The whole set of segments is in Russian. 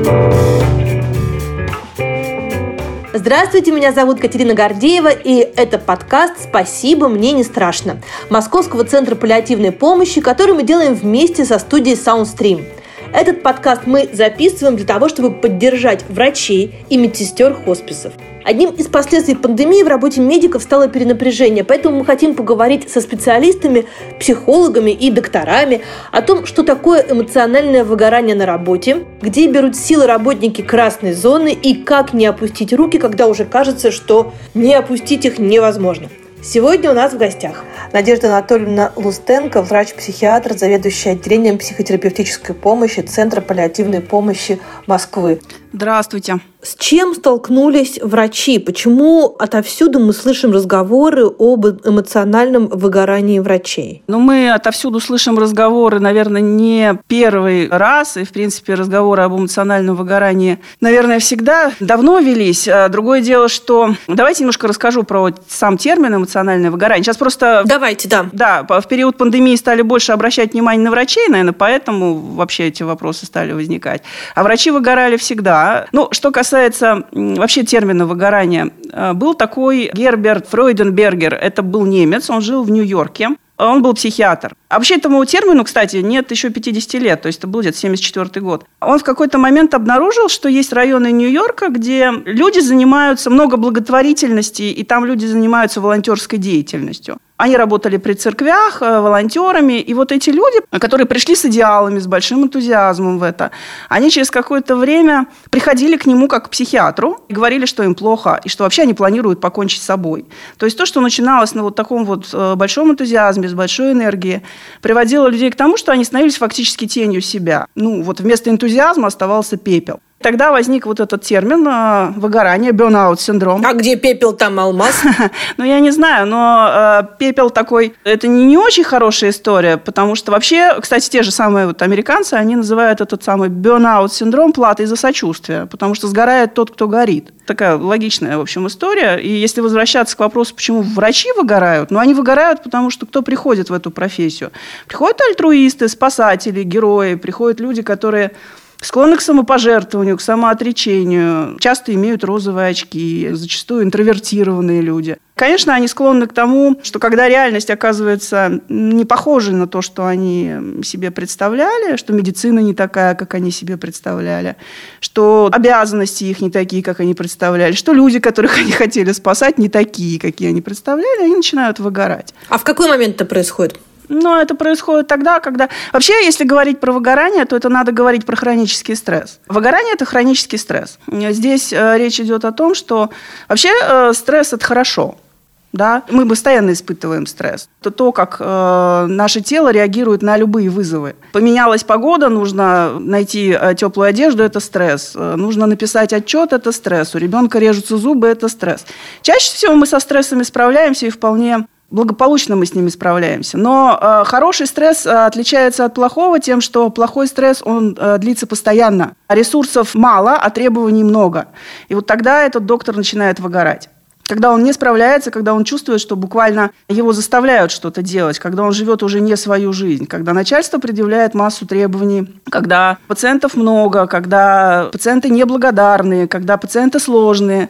Здравствуйте, меня зовут Катерина Гордеева, и это подкаст «Спасибо, мне не страшно» Московского центра паллиативной помощи, который мы делаем вместе со студией Soundstream. Этот подкаст мы записываем для того, чтобы поддержать врачей и медсестер хосписов. Одним из последствий пандемии в работе медиков стало перенапряжение, поэтому мы хотим поговорить со специалистами, психологами и докторами о том, что такое эмоциональное выгорание на работе, где берут силы работники красной зоны и как не опустить руки, когда уже кажется, что не опустить их невозможно. Сегодня у нас в гостях Надежда Анатольевна Лустенко, врач-психиатр, заведующая отделением психотерапевтической помощи Центра паллиативной помощи Москвы. Здравствуйте. С чем столкнулись врачи? Почему отовсюду мы слышим разговоры об эмоциональном выгорании врачей? Мы отовсюду слышим разговоры, наверное, не первый раз. И, в принципе, разговоры об эмоциональном выгорании, наверное, всегда давно велись. Другое дело, что... Давайте немножко расскажу про сам термин эмоциональное выгорание. Сейчас просто... Давайте, да. Да, в период пандемии стали больше обращать внимание на врачей, наверное, поэтому вообще эти вопросы стали возникать. А врачи выгорали всегда. Что касается вообще термина выгорания, был такой Герберт Фройденбергер, это был немец, он жил в Нью-Йорке, он был психиатр. А вообще этому термину, кстати, нет еще 50 лет, то есть это был где-то 74 год. Он в какой-то момент обнаружил, что есть районы Нью-Йорка, где люди занимаются много благотворительности, и там люди занимаются волонтерской деятельностью. Они работали при церквях, волонтерами, и вот эти люди, которые пришли с идеалами, с большим энтузиазмом в это, они через какое-то время приходили к нему как к психиатру и говорили, что им плохо, и что вообще они планируют покончить с собой. То есть то, что начиналось на вот таком вот большом энтузиазме, с большой энергией, приводило людей к тому, что они становились фактически тенью себя. Вместо энтузиазма оставался пепел. Тогда возник вот этот термин выгорание, burnout-синдром. А где пепел, там алмаз? Я не знаю, но пепел такой, это не очень хорошая история, потому что вообще, кстати, те же самые американцы, они называют этот самый burnout-синдром платой за сочувствие, потому что сгорает тот, кто горит. Такая логичная, в общем, история. И если возвращаться к вопросу, почему врачи выгорают, они выгорают, потому что кто приходит в эту профессию? Приходят альтруисты, спасатели, герои, приходят люди, которые... склонны к самопожертвованию, к самоотречению, часто имеют розовые очки, зачастую интровертированные люди. Конечно, они склонны к тому, что когда реальность оказывается не похожей на то, что они себе представляли, что медицина не такая, как они себе представляли, что обязанности их не такие, как они представляли, что люди, которых они хотели спасать, не такие, какие они представляли, они начинают выгорать. А в какой момент это происходит? Это происходит тогда, когда... Вообще, если говорить про выгорание, то это надо говорить про хронический стресс. Выгорание – это хронический стресс. Здесь речь идет о том, что вообще стресс – это хорошо. Да? Мы постоянно испытываем стресс. Это то, как наше тело реагирует на любые вызовы. Поменялась погода, нужно найти теплую одежду – это стресс. Нужно написать отчет – это стресс. У ребенка режутся зубы – это стресс. Чаще всего мы со стрессами справляемся и вполне... благополучно мы с ними справляемся. Но хороший стресс отличается от плохого тем, что плохой стресс, он длится постоянно. Ресурсов мало, а требований много. И вот тогда этот доктор начинает выгорать. Когда он не справляется, когда он чувствует, что буквально его заставляют что-то делать, когда он живет уже не свою жизнь, когда начальство предъявляет массу требований, когда пациентов много, когда пациенты неблагодарные, когда пациенты сложные,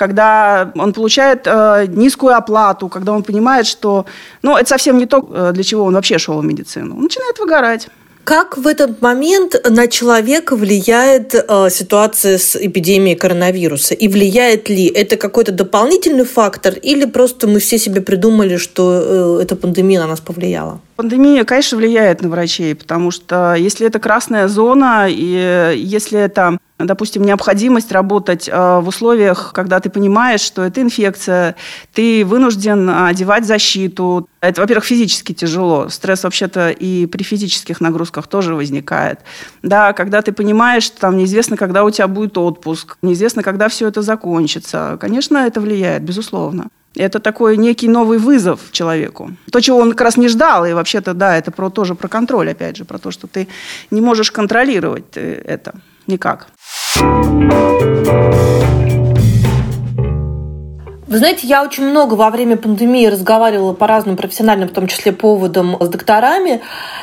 когда он получает низкую оплату, когда он понимает, что это совсем не то, для чего он вообще шел в медицину. Он начинает выгорать. Как в этот момент на человека влияет ситуация с эпидемией коронавируса? И влияет ли это какой-то дополнительный фактор, или просто мы все себе придумали, что эта пандемия на нас повлияла? Пандемия, конечно, влияет на врачей, потому что если это красная зона, и если это, допустим, необходимость работать в условиях, когда ты понимаешь, что это инфекция, ты вынужден одевать защиту. Это, во-первых, физически тяжело. Стресс вообще-то и при физических нагрузках тоже возникает. Да, когда ты понимаешь, что неизвестно, когда у тебя будет отпуск, неизвестно, когда все это закончится. Конечно, это влияет, безусловно. Это такой некий новый вызов человеку. То, чего он как раз не ждал. И вообще-то, да, это тоже про контроль, опять же, про то, что ты не можешь контролировать это никак. Вы знаете, я очень много во время пандемии разговаривала по разным профессиональным, в том числе поводам, с докторами,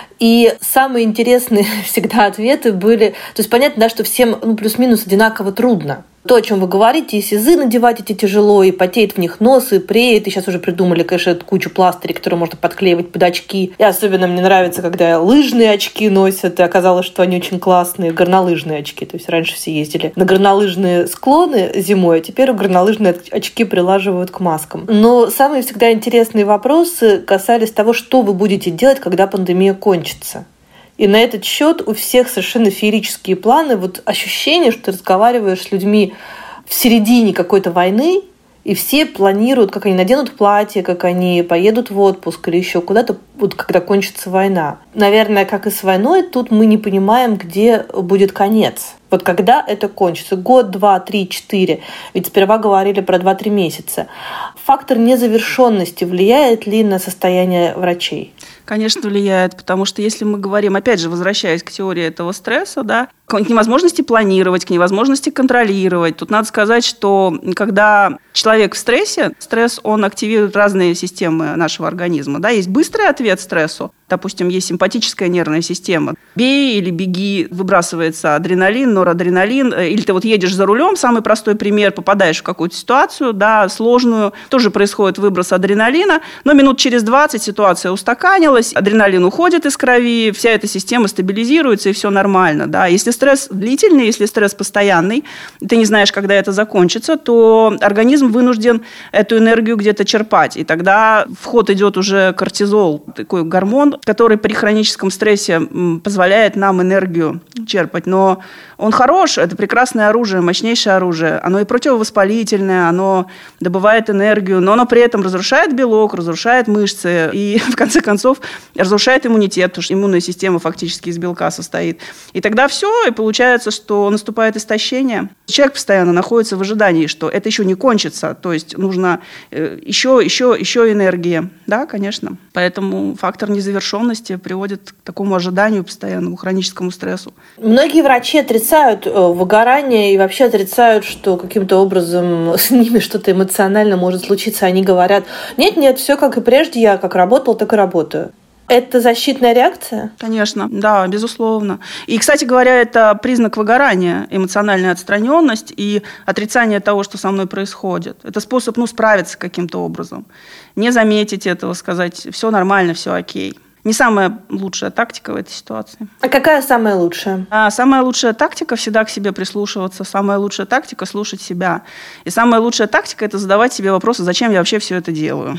и самые интересные всегда ответы были... То есть понятно, да, что всем плюс-минус одинаково трудно. То, о чем вы говорите, и СИЗы надевать эти тяжело, и потеет в них нос, и преет. И сейчас уже придумали, конечно, кучу пластырей, которые можно подклеивать под очки. И особенно мне нравится, когда лыжные очки носят. И оказалось, что они очень классные. Горнолыжные очки. То есть раньше все ездили на горнолыжные склоны зимой, а теперь горнолыжные очки прилаживают к маскам. Но самые всегда интересные вопросы касались того, что вы будете делать, когда пандемия кончится. И на этот счет у всех совершенно феерические планы. Вот ощущение, что ты разговариваешь с людьми в середине какой-то войны, и все планируют, как они наденут платье, как они поедут в отпуск или еще куда-то, вот когда кончится война. Наверное, как и с войной, тут мы не понимаем, где будет конец. Вот когда это кончится? Год, 2, 3, 4. Ведь сперва говорили про 2-3 месяца. Фактор незавершенности влияет ли на состояние врачей? Конечно, влияет, потому что если мы говорим, опять же, возвращаясь к теории этого стресса, да, к невозможности планировать, к невозможности контролировать. Тут надо сказать, что когда человек в стрессе, стресс, он активирует разные системы нашего организма. Да? Есть быстрый ответ стрессу. Допустим, есть симпатическая нервная система. Бей или беги, выбрасывается адреналин, норадреналин. Или ты вот едешь за рулем, самый простой пример, попадаешь в какую-то ситуацию, да, сложную, тоже происходит выброс адреналина, но минут через 20 ситуация устаканилась, адреналин уходит из крови, вся эта система стабилизируется, и все нормально. Да. Если стресс длительный, если стресс постоянный, ты не знаешь, когда это закончится, то организм вынужден эту энергию где-то черпать. И тогда в ход идет уже кортизол, такой гормон, который при хроническом стрессе позволяет нам энергию черпать. Но он хорош, это прекрасное оружие, мощнейшее оружие. Оно и противовоспалительное, оно добывает энергию, но оно при этом разрушает белок, разрушает мышцы и, в конце концов, разрушает иммунитет, потому что иммунная система фактически из белка состоит. И тогда все, и получается, что наступает истощение. Человек постоянно находится в ожидании, что это еще не кончится, то есть нужно еще энергии. Да, конечно. Поэтому фактор незавершенности приводит к такому ожиданию постоянному, хроническому стрессу. Многие врачи отрицают выгорание и вообще отрицают, что каким-то образом с ними что-то эмоционально может случиться. Они говорят, нет, все как и прежде, я как работал, так и работаю. Это защитная реакция? Конечно, да, безусловно. И, кстати говоря, это признак выгорания, эмоциональная отстраненность и отрицание того, что со мной происходит. Это способ, справиться каким-то образом. Не заметить этого, сказать, все нормально, все окей. Не самая лучшая тактика в этой ситуации. А какая самая лучшая? Самая лучшая тактика – всегда к себе прислушиваться. Самая лучшая тактика – слушать себя. И самая лучшая тактика – это задавать себе вопросы, зачем я вообще все это делаю.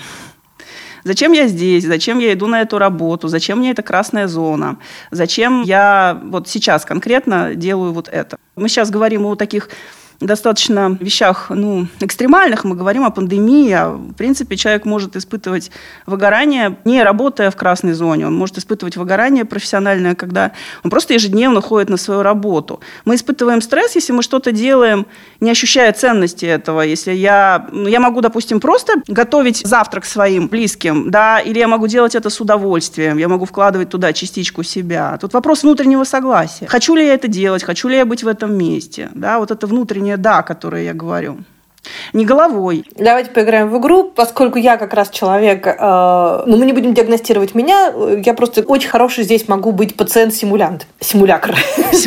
Зачем я здесь? Зачем я иду на эту работу? Зачем мне эта красная зона? Зачем я вот сейчас конкретно делаю вот это? Мы сейчас говорим о таких достаточно вещах экстремальных. Мы говорим о пандемии. А в принципе, человек может испытывать выгорание, не работая в красной зоне. Он может испытывать выгорание профессиональное, когда он просто ежедневно ходит на свою работу. Мы испытываем стресс, если мы что-то делаем, не ощущая ценности этого. Если я могу, допустим, просто готовить завтрак своим близким, да, или я могу делать это с удовольствием, я могу вкладывать туда частичку себя. Тут вопрос внутреннего согласия. Хочу ли я это делать? Хочу ли я быть в этом месте? Да, вот это внутреннее «да», которое я говорю. Не головой. Давайте поиграем в игру, поскольку я как раз человек, мы не будем диагностировать меня, я просто очень хороший здесь могу быть пациент-симулянт. Симулякр.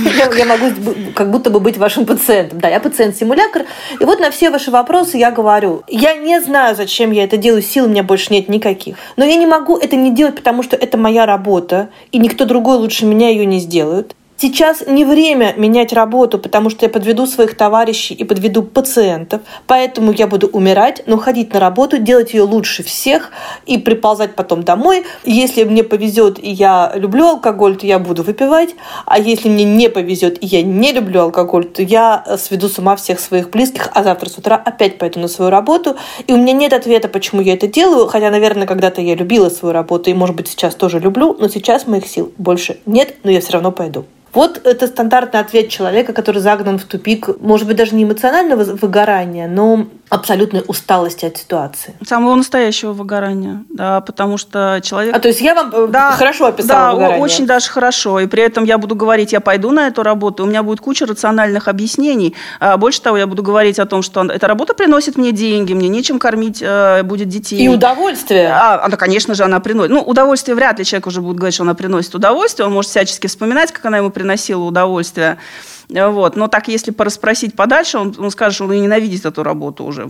Я могу как будто бы быть вашим пациентом. Да, я пациент-симулякр. И вот на все ваши вопросы я говорю. Я не знаю, зачем я это делаю, сил у меня больше нет никаких. Но я не могу это не делать, потому что это моя работа, и никто другой лучше меня ее не сделает. Сейчас не время менять работу, потому что я подведу своих товарищей и подведу пациентов, поэтому я буду умирать, но ходить на работу, делать ее лучше всех и приползать потом домой. Если мне повезет и я люблю алкоголь, то я буду выпивать, а если мне не повезет и я не люблю алкоголь, то я сведу с ума всех своих близких, а завтра с утра опять пойду на свою работу. И у меня нет ответа, почему я это делаю, хотя, наверное, когда-то я любила свою работу и, может быть, сейчас тоже люблю, но сейчас моих сил больше нет, но я все равно пойду. Вот это стандартный ответ человека, который загнан в тупик, может быть, даже не эмоционального выгорания, но абсолютной усталости от ситуации. Самого настоящего выгорания, да, потому что человек... То есть я вам хорошо описала выгорание? Да, очень даже хорошо, и при этом я буду говорить, я пойду на эту работу, у меня будет куча рациональных объяснений. Больше того, я буду говорить о том, что эта работа приносит мне деньги, мне нечем кормить будет детей. И удовольствие. Да, конечно же, она приносит. Удовольствие вряд ли человек уже будет говорить, что она приносит удовольствие, он может всячески вспоминать, как она ему приносила удовольствие. Вот. Но так, если порасспросить подальше, он скажет, что он и ненавидит эту работу уже,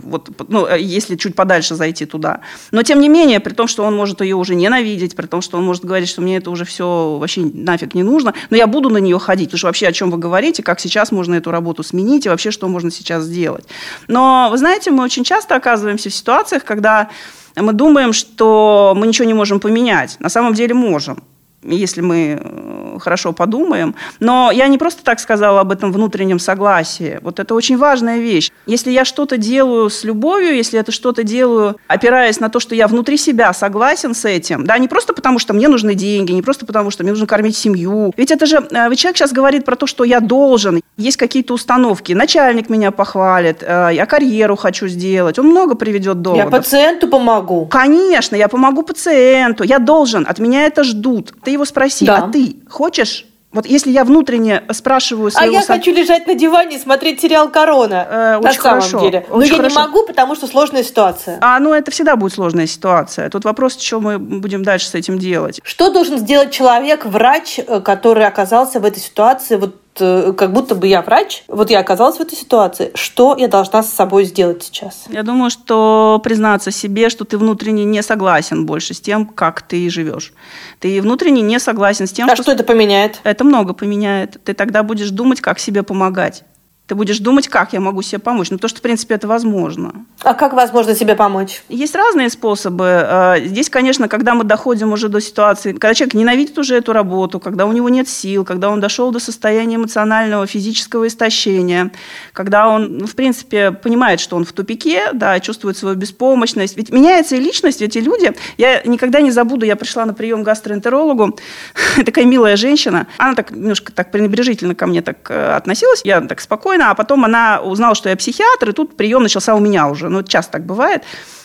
если чуть подальше зайти туда. Но, тем не менее, при том, что он может ее уже ненавидеть, при том, что он может говорить, что мне это уже все вообще нафиг не нужно, но я буду на нее ходить, потому что вообще о чем вы говорите, как сейчас можно эту работу сменить и вообще что можно сейчас сделать. Но, вы знаете, мы очень часто оказываемся в ситуациях, когда мы думаем, что мы ничего не можем поменять. На самом деле можем, если мы хорошо подумаем. Но я не просто так сказала об этом внутреннем согласии. Вот это очень важная вещь. Если я что-то делаю с любовью, если я это что-то делаю, опираясь на то, что я внутри себя согласен с этим, да, не просто потому, что мне нужны деньги, не просто потому, что мне нужно кормить семью. Ведь это же, человек сейчас говорит про то, что я должен. Есть какие-то установки. Начальник меня похвалит, я карьеру хочу сделать. Он много приведет доводов. Я пациенту помогу. Конечно, я помогу пациенту. Я должен, от меня это ждут. Ты его спроси, да. А ты хочешь? Вот если я внутренне спрашиваю своего... я хочу лежать на диване и смотреть сериал «Корона». На самом деле. Но я не могу, потому что сложная ситуация. Это всегда будет сложная ситуация. Тут вопрос, что мы будем дальше с этим делать. Что должен сделать человек, врач, который оказался в этой ситуации, как будто бы я врач, я оказалась в этой ситуации. Что я должна с собой сделать сейчас? Я думаю, что признаться себе, что ты внутренне не согласен больше с тем, как ты живешь. Ты внутренне не согласен с тем, что это поменяет? Это много поменяет. Ты тогда будешь думать, как себе помогать. Ты будешь думать, как я могу себе помочь. Потому что, в принципе, это возможно. А как возможно себе помочь? Есть разные способы. Здесь, конечно, когда мы доходим уже до ситуации, когда человек ненавидит уже эту работу, когда у него нет сил, когда он дошел до состояния эмоционального, физического истощения, когда он, в принципе, понимает, что он в тупике, да, чувствует свою беспомощность. Ведь меняется и личность, эти люди. Я никогда не забуду, я пришла на прием к гастроэнтерологу, такая милая женщина. Она так немножко так пренебрежительно ко мне так относилась. Я так спокойно. А потом она узнала, что я психиатр, и тут прием начался у меня уже. Часто так бывает.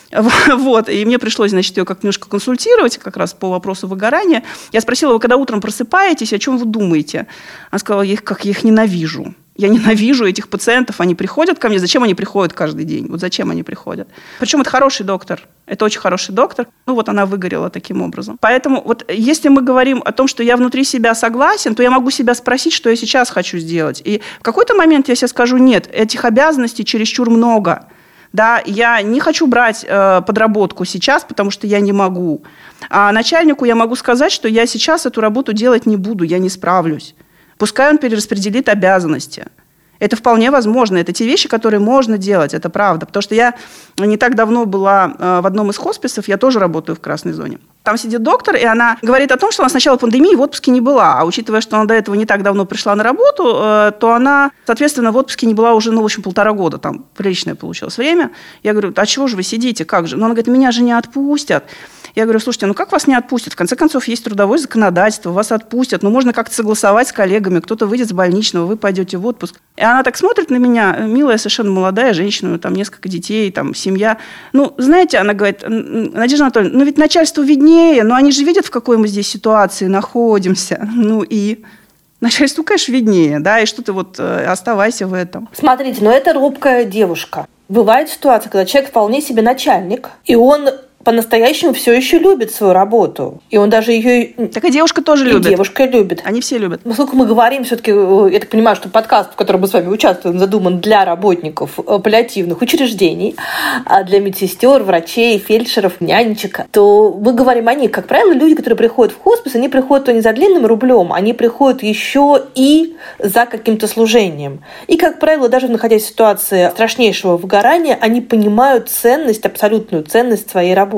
И мне пришлось, ее как немножко консультировать как раз по вопросу выгорания. Я спросила, вы когда утром просыпаетесь, о чем вы думаете? Она сказала, как я их ненавижу. Я ненавижу этих пациентов, они приходят ко мне. Зачем они приходят каждый день? Зачем они приходят? Причем это хороший доктор. Это очень хороший доктор. Она выгорела таким образом. Поэтому если мы говорим о том, что я внутри себя согласен, то я могу себя спросить, что я сейчас хочу сделать. И в какой-то момент я себе скажу, нет, этих обязанностей чересчур много. Да, я не хочу брать подработку сейчас, потому что я не могу. А начальнику я могу сказать, что я сейчас эту работу делать не буду, я не справлюсь. Пускай он перераспределит обязанности. Это вполне возможно. Это те вещи, которые можно делать, это правда. Потому что я не так давно была в одном из хосписов, я тоже работаю в красной зоне. Там сидит доктор, и она говорит о том, что она с начала пандемии в отпуске не была. А учитывая, что она до этого не так давно пришла на работу, то она, соответственно, в отпуске не была уже, 1,5 года. Там приличное получилось время. Я говорю, а чего же вы сидите, как же? Она говорит, меня же не отпустят. Я говорю, слушайте, как вас не отпустят? В конце концов, есть трудовое законодательство, вас отпустят. Можно как-то согласовать с коллегами. Кто-то выйдет с больничного, вы пойдете в отпуск. И она так смотрит на меня, милая, совершенно молодая женщина, там несколько детей, там семья. Знаете, она говорит, Надежда Анатольевна, ведь начальству виднее, но они же видят, в какой мы здесь ситуации находимся. И начальству, конечно, виднее, да, и что ты оставайся в этом. Смотрите, это робкая девушка. Бывает ситуация, когда человек вполне себе начальник, и он по-настоящему все еще любит свою работу. И он даже ее... Так и девушка тоже любит. И девушка любит. Они все любят. Поскольку мы говорим все-таки, я так понимаю, что подкаст, в котором мы с вами участвуем, задуман для работников паллиативных учреждений, для медсестер, врачей, фельдшеров, нянечек, то мы говорим о них. Как правило, люди, которые приходят в хоспис, они приходят не за длинным рублем, они приходят еще и за каким-то служением. И, как правило, даже находясь в ситуации страшнейшего выгорания, они понимают ценность, абсолютную ценность своей работы.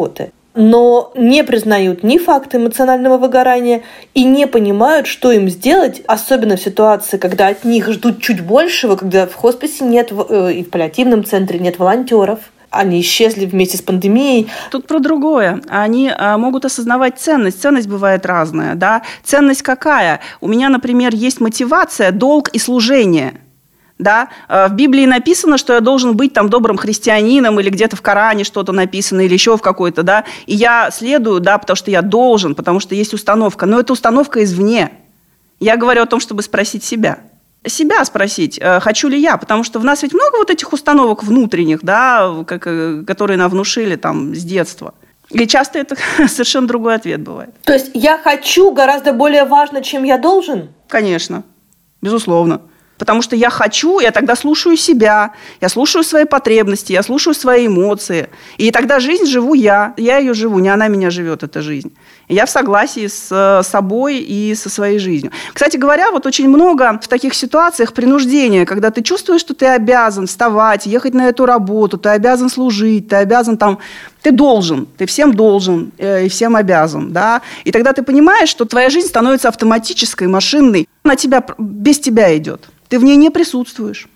Но не признают ни факта эмоционального выгорания и не понимают, что им сделать, особенно в ситуации, когда от них ждут чуть большего, когда в хосписе нет, и в паллиативном центре нет волонтеров. они исчезли вместе с пандемией. Тут про другое. Они могут осознавать ценность. Ценность бывает разная. Да? Ценность какая? У меня, например, есть мотивация, долг и служение. Да? В Библии написано, что я должен быть там добрым христианином, или где-то в Коране что-то написано, или еще в какой-то, да, и я следую, да, потому что я должен, потому что есть установка, но это установка извне. Я говорю о том, чтобы спросить себя. Себя спросить, хочу ли я, потому что в нас ведь много вот этих установок внутренних, да, которые нам внушили там с детства. И часто это совершенно другой ответ бывает. То есть я хочу гораздо более важно, чем я должен? Конечно, безусловно. Потому что я хочу, я тогда слушаю себя, я слушаю свои потребности, я слушаю свои эмоции. И тогда жизнь живу я ее живу, не она меня живет, эта жизнь. И я в согласии с собой и со своей жизнью. Кстати говоря, вот очень много в таких ситуациях принуждения, когда ты чувствуешь, что ты обязан вставать, ехать на эту работу, ты обязан служить, ты обязан там... Ты должен, ты всем должен и всем обязан. Да? И тогда ты понимаешь, что твоя жизнь становится автоматической, машинной. Она без тебя идет. Ты в ней не присутствуешь.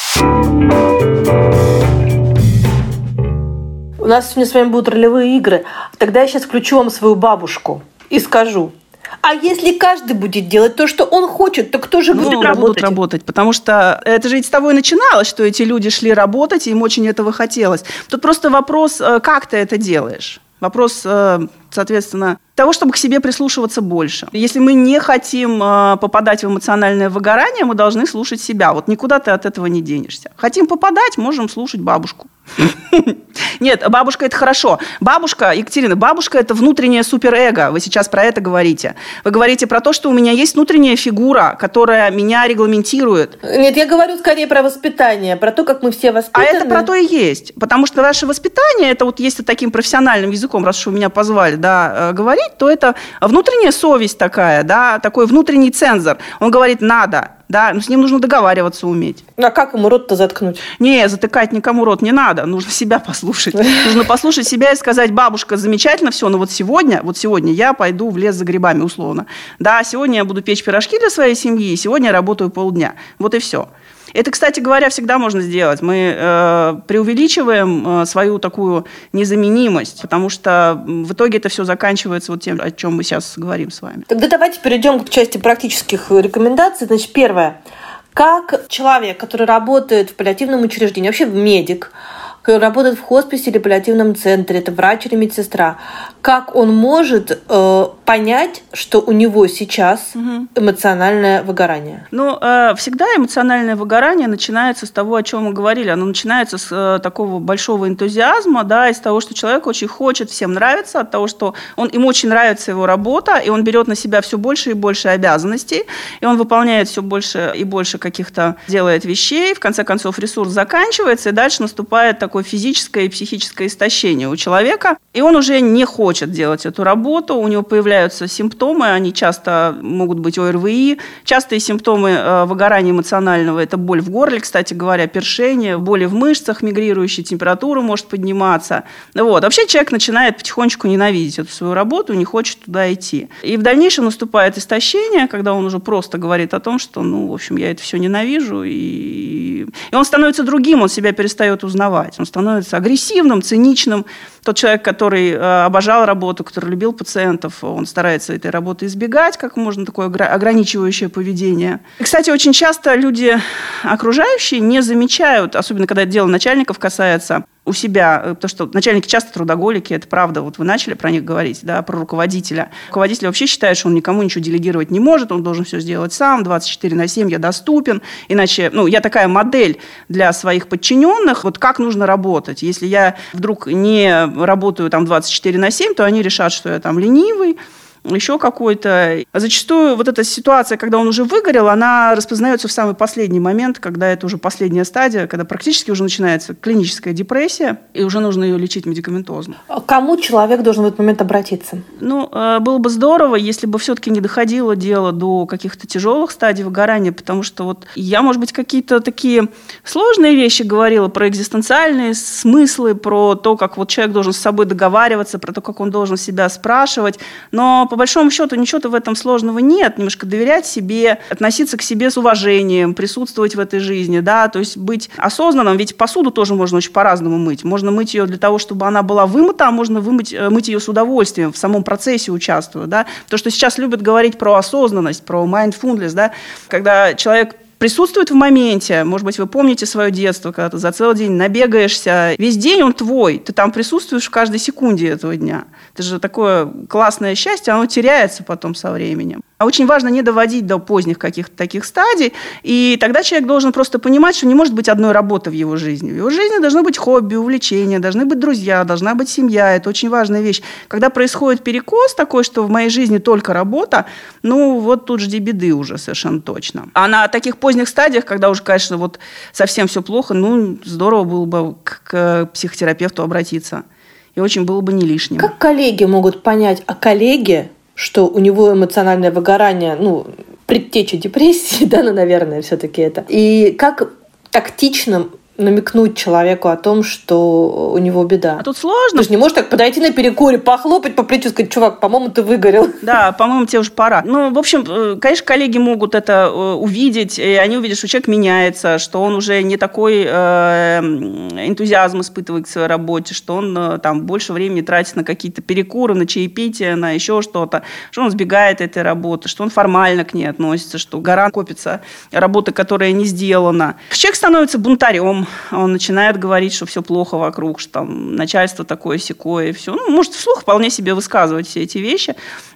У нас сегодня с вами будут ролевые игры. Тогда я сейчас включу вам свою бабушку и скажу: а если каждый будет делать то, что он хочет, то кто же будет работать? Будут работать, потому что это же ведь с тобой начиналось, что эти люди шли работать, и им очень этого хотелось. Тут просто вопрос, как ты это делаешь. Вопрос, соответственно, того, чтобы к себе прислушиваться больше. Если мы не хотим попадать в эмоциональное выгорание, мы должны слушать себя. Вот никуда ты от этого не денешься. Хотим попадать, можем слушать бабушку. Нет, бабушка – это хорошо. Бабушка, Екатерина, бабушка – это внутреннее суперэго. Вы сейчас про это говорите. Вы говорите про то, что у меня есть внутренняя фигура, которая меня регламентирует. Нет, я говорю скорее про воспитание, про то, как мы все воспитаны. А это про то и есть. Потому что ваше воспитание, это вот если таким профессиональным языком, раз уж вы меня позвали, да, говорить, то это внутренняя совесть такая, да, такой внутренний цензор. Он говорит «надо». Да, но с ним нужно договариваться уметь. А как ему рот-то заткнуть? Не, затыкать никому рот не надо. Нужно себя послушать. Нужно послушать себя и сказать: бабушка, замечательно все, но вот сегодня я пойду в лес за грибами, условно. Да, сегодня я буду печь пирожки для своей семьи, и сегодня я работаю полдня. Вот и все. Это, кстати говоря, всегда можно сделать. Мы преувеличиваем свою такую незаменимость, потому что в итоге это все заканчивается вот тем, о чем мы сейчас говорим с вами. Тогда давайте перейдем к части практических рекомендаций. Значит, первое. Как человек, который работает в паллиативном учреждении, вообще медик, который работает в хосписе или паллиативном центре, это врач или медсестра, как он может понять, что у него сейчас эмоциональное выгорание? Ну, всегда эмоциональное выгорание начинается с того, о чем мы говорили. Оно начинается с такого большого энтузиазма, да, из того, что человек очень хочет, всем нравится, от того, что ему очень нравится его работа, и он берет на себя все больше и больше обязанностей, и он выполняет все больше и больше каких-то, делает вещей, в конце концов ресурс заканчивается, и дальше наступает такое физическое и психическое истощение у человека, и он уже не хочет делать эту работу, у него появляются симптомы, они часто могут быть ОРВИ, частые симптомы выгорания эмоционального – это боль в горле, кстати говоря, першение, боли в мышцах мигрирующие, температура может подниматься. Вот. Вообще человек начинает потихонечку ненавидеть эту свою работу, не хочет туда идти. И в дальнейшем наступает истощение, когда он уже просто говорит о том, что, в общем, я это все ненавижу, и он становится другим, он себя перестает узнавать, он становится агрессивным, циничным. Тот человек, который обожал работу, который любил пациентов, он старается этой работы избегать, как можно такое ограничивающее поведение. И, кстати, очень часто люди окружающие не замечают, особенно когда это дело начальников касается, у себя, потому что начальники часто трудоголики, это правда, вот вы начали про них говорить, да, про руководителя. Руководитель вообще считает, что он никому ничего делегировать не может, он должен все сделать сам, 24/7 я доступен, иначе, я такая модель для своих подчиненных, вот как нужно работать. Если я вдруг не работаю там 24/7, то они решат, что я там ленивый, еще какой-то. Зачастую вот эта ситуация, когда он уже выгорел, она распознается в самый последний момент, когда это уже последняя стадия, когда практически уже начинается клиническая депрессия, и уже нужно ее лечить медикаментозно. А к кому человек должен в этот момент обратиться? Было бы здорово, если бы все-таки не доходило дело до каких-то тяжелых стадий выгорания, потому что вот я, может быть, какие-то такие сложные вещи говорила про экзистенциальные смыслы, про то, как вот человек должен с собой договариваться, про то, как он должен себя спрашивать, но по по большому счету ничего-то в этом сложного нет. Немножко доверять себе, относиться к себе с уважением, присутствовать в этой жизни, да, то есть быть осознанным. Ведь посуду тоже можно очень по-разному мыть. Можно мыть ее для того, чтобы она была вымыта, а можно мыть ее с удовольствием, в самом процессе участвуя, да. То, что сейчас любят говорить про осознанность, про mindfulness, да, когда человек присутствует в моменте. Может быть, вы помните свое детство, когда ты за целый день набегаешься. Весь день он твой. Ты там присутствуешь в каждой секунде этого дня. Это же такое классное счастье, оно теряется потом со временем. А очень важно не доводить до поздних каких-то таких стадий. И тогда человек должен просто понимать, что не может быть одной работы в его жизни. В его жизни должно быть хобби, увлечения, должны быть друзья, должна быть семья. Это очень важная вещь. Когда происходит перекос такой, что в моей жизни только работа, ну вот тут жди беды уже совершенно точно. А на таких поздних стадиях, когда уже, конечно, вот совсем все плохо, ну здорово было бы к психотерапевту обратиться. И очень было бы не лишним. Как коллеги могут понять о коллеге, что у него эмоциональное выгорание, ну, предтеча депрессии, да, ну, наверное, все-таки это. И как тактично намекнуть человеку о том, что у него беда. А тут сложно. Ты же не можешь так подойти на перекуре, похлопать по плечу, сказать: чувак, по-моему, ты выгорел. Да, по-моему, тебе уже пора. Ну, в общем, конечно, коллеги могут это увидеть, и они увидят, что человек меняется, что он уже не такой энтузиазм испытывает к своей работе, что он там больше времени тратит на какие-то перекуры, на чаепитие, на еще что-то, что он сбегает этой работы, что он формально к ней относится, что гора копится работы, которая не сделана. Человек становится бунтарем. Он начинает говорить, что все плохо вокруг, что там начальство такое-сякое, и все. Ну, может, вслух вполне себе высказывать все эти вещи.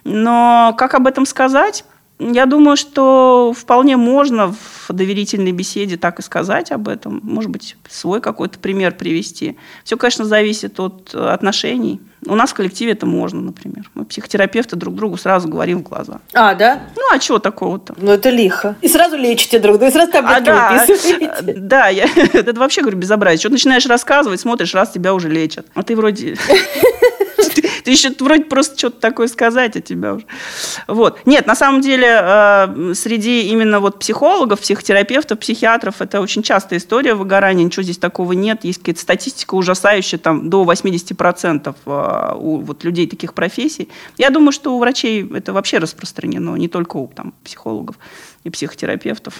Но как об этом сказать? Я думаю, что вполне можно в доверительной беседе так и сказать об этом. Может быть, свой какой-то пример привести. Все, конечно, зависит от отношений. У нас в коллективе это можно, например. Мы, психотерапевты, друг другу сразу говорим в глаза. А, да? Ну, а чего такого-то? Ну, это лихо. И сразу лечите друг друга, и сразу таблетки выписываете. Да, это вообще, говорю, безобразие. Что-то начинаешь рассказывать, смотришь, раз тебя уже лечат. А ты вроде... Ты еще вроде просто что-то такое сказать, а тебя уже... Вот. Нет, на самом деле, среди именно вот психологов, психотерапевтов, психиатров, это очень частая история выгорания, ничего здесь такого нет. Есть какая-то статистика ужасающая, там, до 80% у вот людей таких профессий. Я думаю, что у врачей это вообще распространено, не только у там, психологов и психотерапевтов.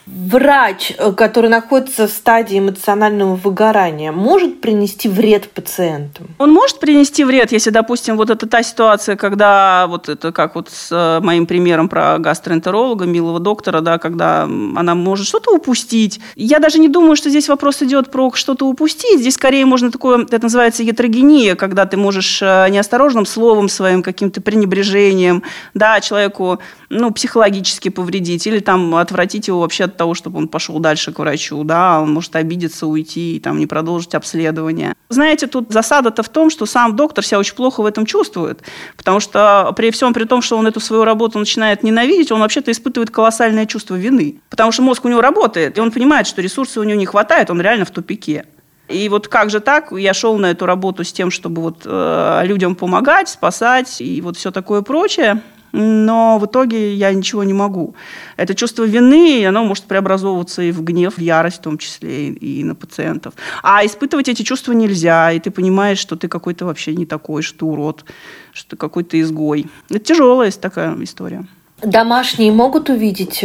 Врач, который находится в стадии эмоционального выгорания, может принести вред пациенту? Он может принести вред, если, допустим, вот это та ситуация, когда вот это как вот с моим примером про гастроэнтеролога, милого доктора, да, когда она может что-то упустить. Я даже не думаю, что здесь вопрос идет про что-то упустить. Здесь скорее можно такое, это называется ятрогения, когда ты можешь неосторожным словом своим, каким-то пренебрежением, да, человеку, ну, психологически повредить или там отвратить его вообще от того, чтобы он пошел дальше к врачу, да, он может обидеться, уйти и там не продолжить обследование. Знаете, тут засада-то в том, что сам доктор себя очень плохо в этом чувствует, потому что при всем при том, что он эту свою работу начинает ненавидеть, он вообще-то испытывает колоссальное чувство вины, потому что мозг у него работает, и он понимает, что ресурсов у него не хватает, он реально в тупике. И вот как же так? Я шел на эту работу с тем, чтобы вот, людям помогать, спасать и вот все такое прочее. Но в итоге я ничего не могу. Это чувство вины, оно может преобразовываться и в гнев, в ярость в том числе, и на пациентов. А испытывать эти чувства нельзя, и ты понимаешь, что ты какой-то вообще не такой, что ты урод, что ты какой-то изгой. Это тяжелая такая история. Домашние могут увидеть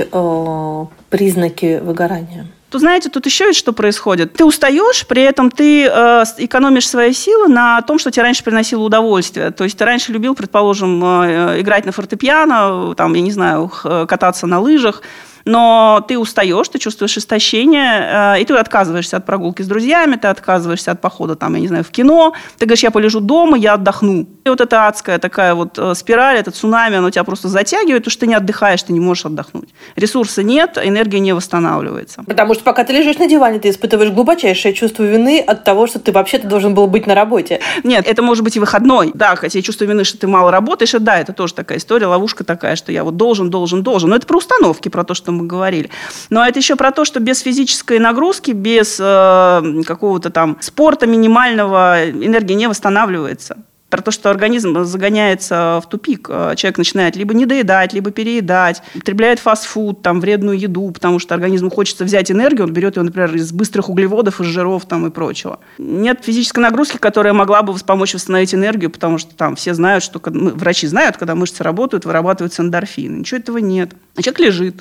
признаки выгорания? То, знаете, тут еще ведь что происходит. Ты устаешь, при этом ты экономишь свои силы на том, что тебе раньше приносило удовольствие. То есть ты раньше любил, предположим, играть на фортепиано, там, я не знаю, кататься на лыжах, но ты устаешь, ты чувствуешь истощение, и ты отказываешься от прогулки с друзьями, ты отказываешься от похода, там, я не знаю, в кино, ты говоришь: я полежу дома, я отдохну. И вот эта адская такая вот спираль, это цунами, оно тебя просто затягивает, потому что ты не отдыхаешь, ты не можешь отдохнуть. Ресурса нет, энергия не восстанавливается. Потому что пока ты лежишь на диване, ты испытываешь глубочайшее чувство вины от того, что ты вообще-то должен был быть на работе. Нет, это может быть и выходной. Да, хотя чувство вины, что ты мало работаешь, и да, это тоже такая история, ловушка такая, что я вот должен. Но это про установки, про то, что мы говорили. Но это еще про то, что без физической нагрузки, без какого-то там спорта минимального энергия не восстанавливается. про то, что организм загоняется в тупик. Человек начинает либо недоедать, либо переедать, употребляет фастфуд, там, вредную еду, потому что организму хочется взять энергию, он берет ее, например, из быстрых углеводов, из жиров там, и прочего. Нет физической нагрузки, которая могла бы помочь восстановить энергию, потому что там все знают, что врачи знают, когда мышцы работают, вырабатываются эндорфины. Ничего этого нет. А человек лежит.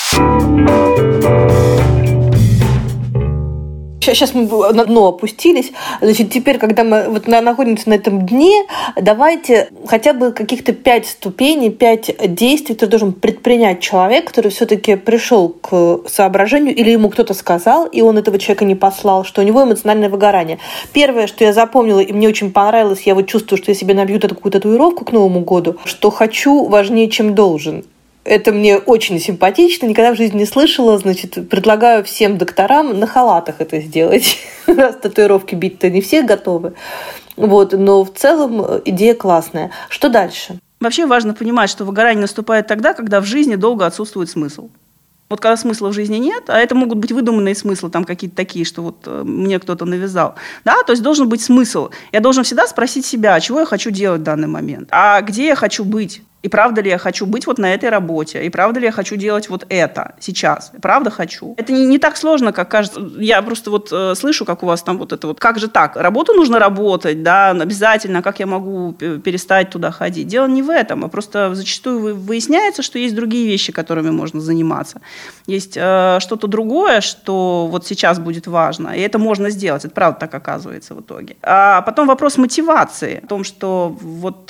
Сейчас мы на дно опустились. Значит, теперь, когда мы вот находимся на этом дне, давайте хотя бы каких-то 5 ступеней, 5 действий, которые должен предпринять человек, который все-таки пришел к соображению, или ему кто-то сказал, и он этого человека не послал, что у него эмоциональное выгорание. Первое, что я запомнила, и мне очень понравилось, я вот чувствую, что я себе набью такую татуировку к Новому году, что «хочу важнее, чем должен». Это мне очень симпатично, никогда в жизни не слышала. Значит, предлагаю всем докторам на халатах это сделать. Раз татуировки бить-то не все готовы. Вот, но в целом идея классная. Что дальше? Вообще важно понимать, что выгорание наступает тогда, когда в жизни долго отсутствует смысл. Вот когда смысла в жизни нет, а это могут быть выдуманные смыслы, там какие-то такие, что вот мне кто-то навязал. Да, то есть должен быть смысл. Я должен всегда спросить себя, чего я хочу делать в данный момент, а где я хочу быть. И правда ли я хочу быть вот на этой работе? И правда ли я хочу делать вот это сейчас? Правда хочу? Это не так сложно, как кажется. Я просто вот слышу, как у вас там вот это вот. Как же так? Работу нужно работать, да, обязательно. Как я могу перестать туда ходить? Дело не в этом, а просто зачастую выясняется, что есть другие вещи, которыми можно заниматься. Есть что-то другое, что вот сейчас будет важно. И это можно сделать. Это правда так оказывается в итоге. А потом вопрос мотивации. О том, что вот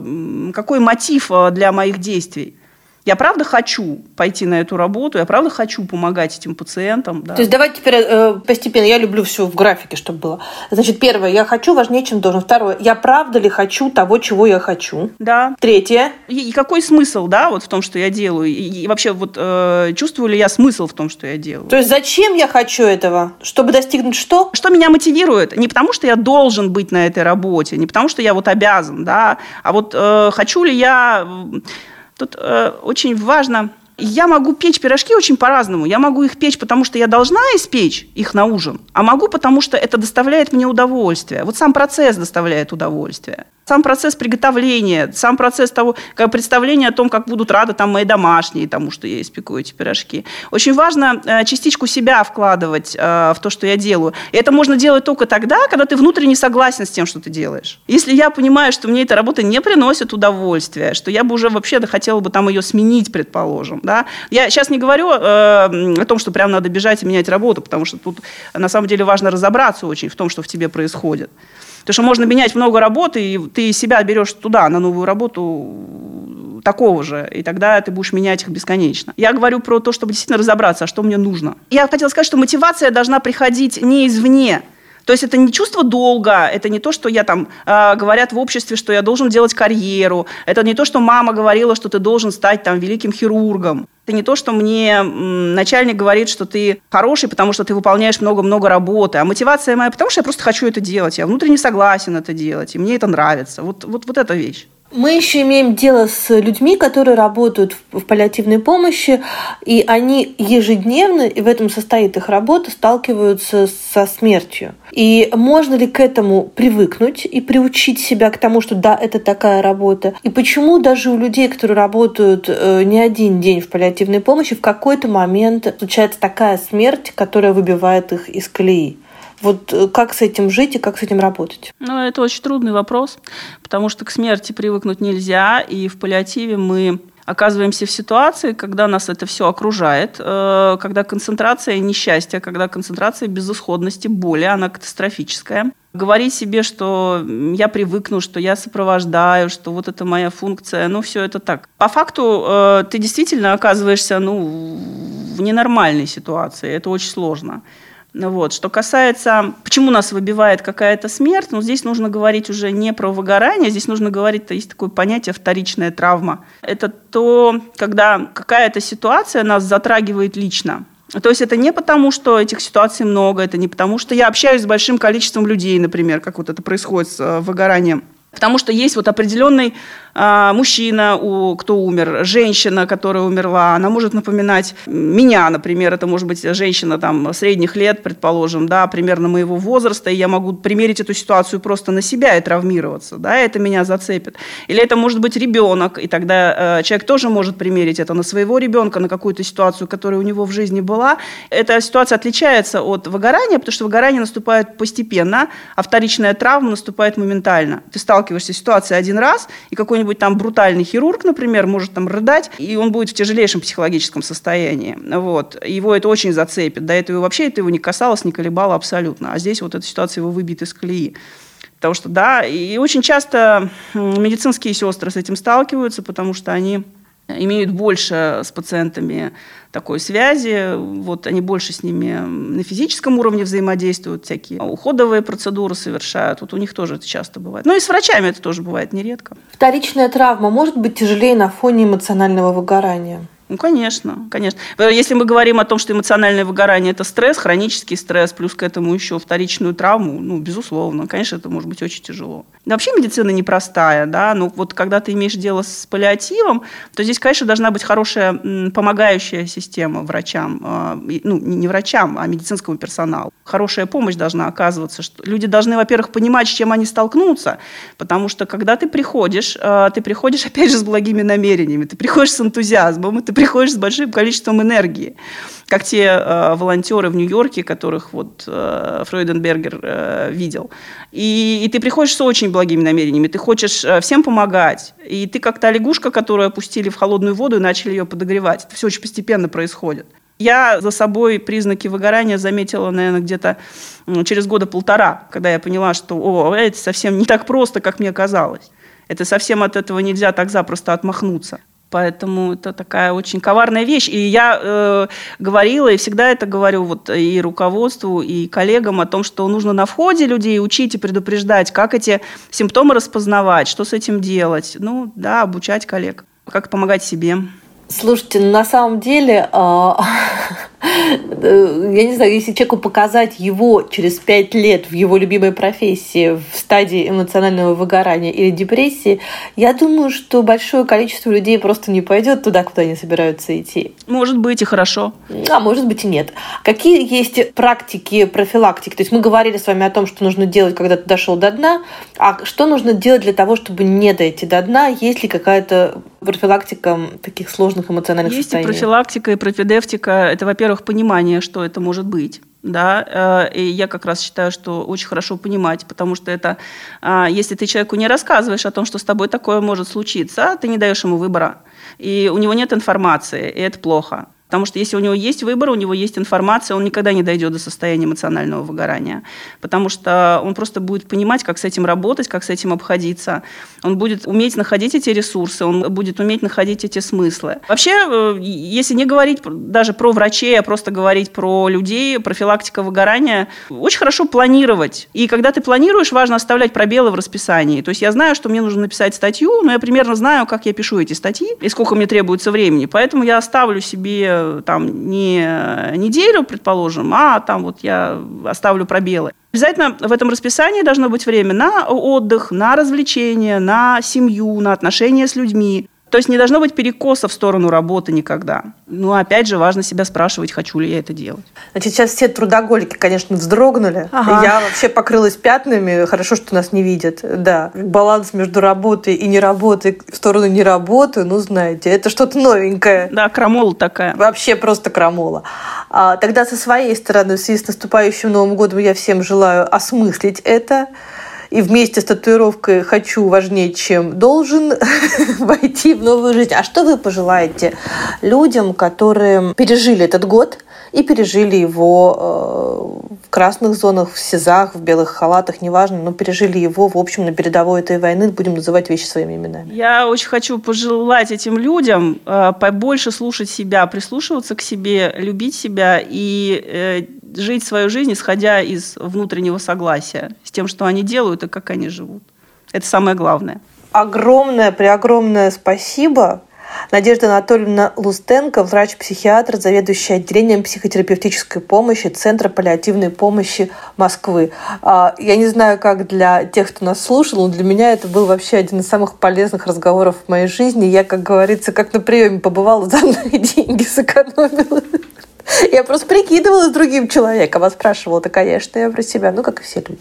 какой мотив для моих действий. Я правда хочу пойти на эту работу, я правда хочу помогать этим пациентам. Да. То есть давайте теперь постепенно. Я люблю все в графике, чтобы было. Значит, первое, я хочу важнее, чем должен. Второе, я правда ли хочу того, чего я хочу. Да. Третье. И какой смысл, да, вот в том, что я делаю? И вообще вот чувствую ли я смысл в том, что я делаю? То есть зачем я хочу этого? Чтобы достигнуть что? Что меня мотивирует? Не потому, что я должен быть на этой работе, не потому, что я вот обязан, да, а вот хочу ли я... Тут очень важно, я могу печь пирожки очень по-разному. Я могу их печь, потому что я должна испечь их на ужин, а могу, потому что это доставляет мне удовольствие. Вот сам процесс доставляет удовольствие. Сам процесс приготовления, сам процесс того, представления о том, как будут рады там мои домашние тому, что я испеку эти пирожки. Очень важно частичку себя вкладывать в то, что я делаю. И это можно делать только тогда, когда ты внутренне согласен с тем, что ты делаешь. Если я понимаю, что мне эта работа не приносит удовольствия, что я бы уже вообще хотела бы там ее сменить, предположим. Да? Я сейчас не говорю о том, что прям надо бежать и менять работу, потому что тут на самом деле важно разобраться очень в том, что в тебе происходит. Потому что можно менять много работы, и ты себя берешь туда, на новую работу такого же, и тогда ты будешь менять их бесконечно. Я говорю про то, чтобы действительно разобраться, а что мне нужно. Я хотела сказать, что мотивация должна приходить не извне. То есть это не чувство долга, это не то, что я там говорят в обществе, что я должен делать карьеру, это не то, что мама говорила, что ты должен стать там великим хирургом. Это не то, что мне начальник говорит, что ты хороший, потому что ты выполняешь много-много работы. А мотивация моя, потому что я просто хочу это делать. Я внутренне согласен это делать, и мне это нравится. Вот эта вещь. Мы еще имеем дело с людьми, которые работают в паллиативной помощи, и они ежедневно, и в этом состоит их работа, сталкиваются со смертью. И можно ли к этому привыкнуть и приучить себя к тому, что да, это такая работа? И почему даже у людей, которые работают не один день в паллиативной помощи, в какой-то момент случается такая смерть, которая выбивает их из колеи? Вот как с этим жить и как с этим работать? Ну, это очень трудный вопрос, потому что к смерти привыкнуть нельзя, и в паллиативе мы оказываемся в ситуации, когда нас это все окружает, когда концентрация несчастья, когда концентрация безысходности, боли, она катастрофическая. Говорить себе, что я привыкну, что я сопровождаю, что вот это моя функция, ну, все это так. По факту ты действительно оказываешься, в ненормальной ситуации, это очень сложно. Вот. Что касается, почему нас выбивает какая-то смерть, здесь нужно говорить уже не про выгорание, здесь нужно говорить, есть такое понятие вторичная травма. Это то, когда какая-то ситуация нас затрагивает лично. То есть это не потому, что этих ситуаций много, это не потому, что я общаюсь с большим количеством людей, например, как вот это происходит с выгоранием. Потому что есть вот определенный мужчина, кто умер, женщина, которая умерла. Она может напоминать меня, например. Это может быть женщина там, средних лет, предположим, да, примерно моего возраста, и я могу примерить эту ситуацию просто на себя и травмироваться. Да, и это меня зацепит. Или это может быть ребенок, и тогда человек тоже может примерить это на своего ребенка, на какую-то ситуацию, которая у него в жизни была. Эта ситуация отличается от выгорания, потому что выгорание наступает постепенно, а вторичная травма наступает моментально. Ты сталкиваешься с ситуацией один раз, и какой-нибудь там брутальный хирург, например, может там рыдать, и он будет в тяжелейшем психологическом состоянии. Вот. Его это очень зацепит. До этого вообще это его не касалось, не колебало абсолютно. А здесь вот эта ситуация его выбьет из колеи. Потому что, да, и очень часто медицинские сестры с этим сталкиваются, потому что они имеют больше с пациентами такой связи, вот они больше с ними на физическом уровне взаимодействуют, всякие уходовые процедуры совершают, вот у них тоже это часто бывает. Ну и с врачами это тоже бывает нередко. Вторичная травма может быть тяжелее на фоне эмоционального выгорания? Ну, конечно, конечно. Если мы говорим о том, что эмоциональное выгорание – это стресс, хронический стресс, плюс к этому еще вторичную травму, ну, безусловно, конечно, это может быть очень тяжело. Вообще медицина непростая, да, но вот когда ты имеешь дело с паллиативом, то здесь, конечно, должна быть хорошая помогающая система врачам, ну, не врачам, а медицинскому персоналу. Хорошая помощь должна оказываться. Что люди должны, во-первых, понимать, с чем они столкнутся, потому что когда ты приходишь, опять же, с благими намерениями, ты приходишь с энтузиазмом, ты приходишь с большим количеством энергии, как те волонтеры в Нью-Йорке, которых вот Фройденбергер видел. И ты приходишь с очень благими намерениями, ты хочешь всем помогать, и ты как та лягушка, которую опустили в холодную воду и начали ее подогревать. Это все очень постепенно происходит. Я за собой признаки выгорания заметила, наверное, где-то через года полтора, когда я поняла, что это совсем не так просто, как мне казалось. Это совсем от этого нельзя так запросто отмахнуться. Поэтому это такая очень коварная вещь. И я говорила, и всегда это говорю вот и руководству, и коллегам о том, что нужно на входе людей учить и предупреждать, как эти симптомы распознавать, что с этим делать. Ну, да, обучать коллег, как помогать себе. Слушайте, на самом деле, я не знаю, если человеку показать его через 5 лет в его любимой профессии в стадии эмоционального выгорания или депрессии, я думаю, что большое количество людей просто не пойдет туда, куда они собираются идти. Может быть, и хорошо. А может быть, и нет. Какие есть практики профилактики? То есть мы говорили с вами о том, что нужно делать, когда ты дошел до дна, а что нужно делать для того, чтобы не дойти до дна? Есть ли какая-то профилактика таких сложных эмоциональных состояний? Есть и профилактика, и профидевтика. Это, во-первых, понимание, что это может быть. Да? И я как раз считаю, что очень хорошо понимать, потому что это, если ты человеку не рассказываешь о том, что с тобой такое может случиться, ты не даешь ему выбора. И у него нет информации, и это плохо. Потому что если у него есть выбор, у него есть информация, он никогда не дойдет до состояния эмоционального выгорания. Потому что он просто будет понимать, как с этим работать, как с этим обходиться. Он будет уметь находить эти ресурсы, он будет уметь находить эти смыслы. Вообще, если не говорить даже про врачей, а просто говорить про людей, профилактика выгорания, очень хорошо планировать. И когда ты планируешь, важно оставлять пробелы в расписании. То есть я знаю, что мне нужно написать статью, но я примерно знаю, как я пишу эти статьи и сколько мне требуется времени. Поэтому я оставлю себе там не неделю, предположим, а там вот я оставлю пробелы. Обязательно в этом расписании должно быть время на отдых, на развлечения, на семью, на отношения с людьми. То есть не должно быть перекоса в сторону работы никогда. Ну, опять же, важно себя спрашивать, хочу ли я это делать. Значит, сейчас все трудоголики, конечно, вздрогнули. Ага. Я вообще покрылась пятнами. Хорошо, что нас не видят. Да, баланс между работой и неработой в сторону неработы, ну, знаете, это что-то новенькое. Да, крамола такая. Вообще просто крамола. Тогда со своей стороны, в связи с наступающим Новым годом, я всем желаю осмыслить это. И вместе с татуировкой «хочу» важнее, чем «должен» войти в новую жизнь. А что вы пожелаете людям, которые пережили этот год и пережили его в красных зонах, в СИЗах, в белых халатах, неважно, но пережили его, в общем, на передовой этой войны, будем называть вещи своими именами? Я очень хочу пожелать этим людям побольше слушать себя, прислушиваться к себе, любить себя и жить свою жизнь, исходя из внутреннего согласия с тем, что они делают и как они живут. Это самое главное. Огромное, преогромное спасибо. Надежда Анатольевна Лустенко, врач-психиатр, заведующая отделением психотерапевтической помощи Центра паллиативной помощи Москвы. Я не знаю, как для тех, кто нас слушал, но для меня это был вообще один из самых полезных разговоров в моей жизни. Я, как говорится, как на приеме побывала, заодно и деньги сэкономила. Я просто прикидывалась другим человеком, а спрашивала-то, конечно, я про себя, как и все люди.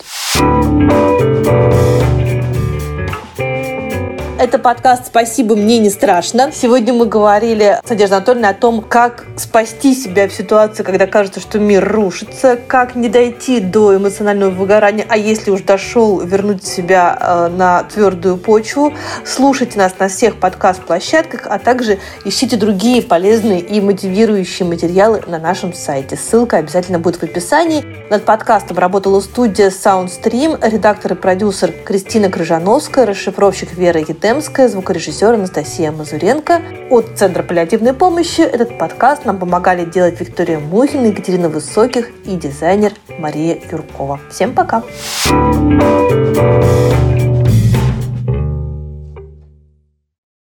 Это подкаст «Спасибо, мне не страшно». Сегодня мы говорили с Надеждой Анатольевной о том, как спасти себя в ситуации, когда кажется, что мир рушится, как не дойти до эмоционального выгорания, а если уж дошел, вернуть себя на твердую почву. Слушайте нас на всех подкаст-площадках, а также ищите другие полезные и мотивирующие материалы на нашем сайте. Ссылка обязательно будет в описании. Над подкастом работала студия SoundStream, редактор и продюсер Кристина Крыжановская, расшифровщик Вера Едемская, звукорежиссер Анастасия Мазуренко. От Центра паллиативной помощи этот подкаст нам помогали делать Виктория Мухина, Екатерина Высоких и дизайнер Мария Юркова. Всем пока!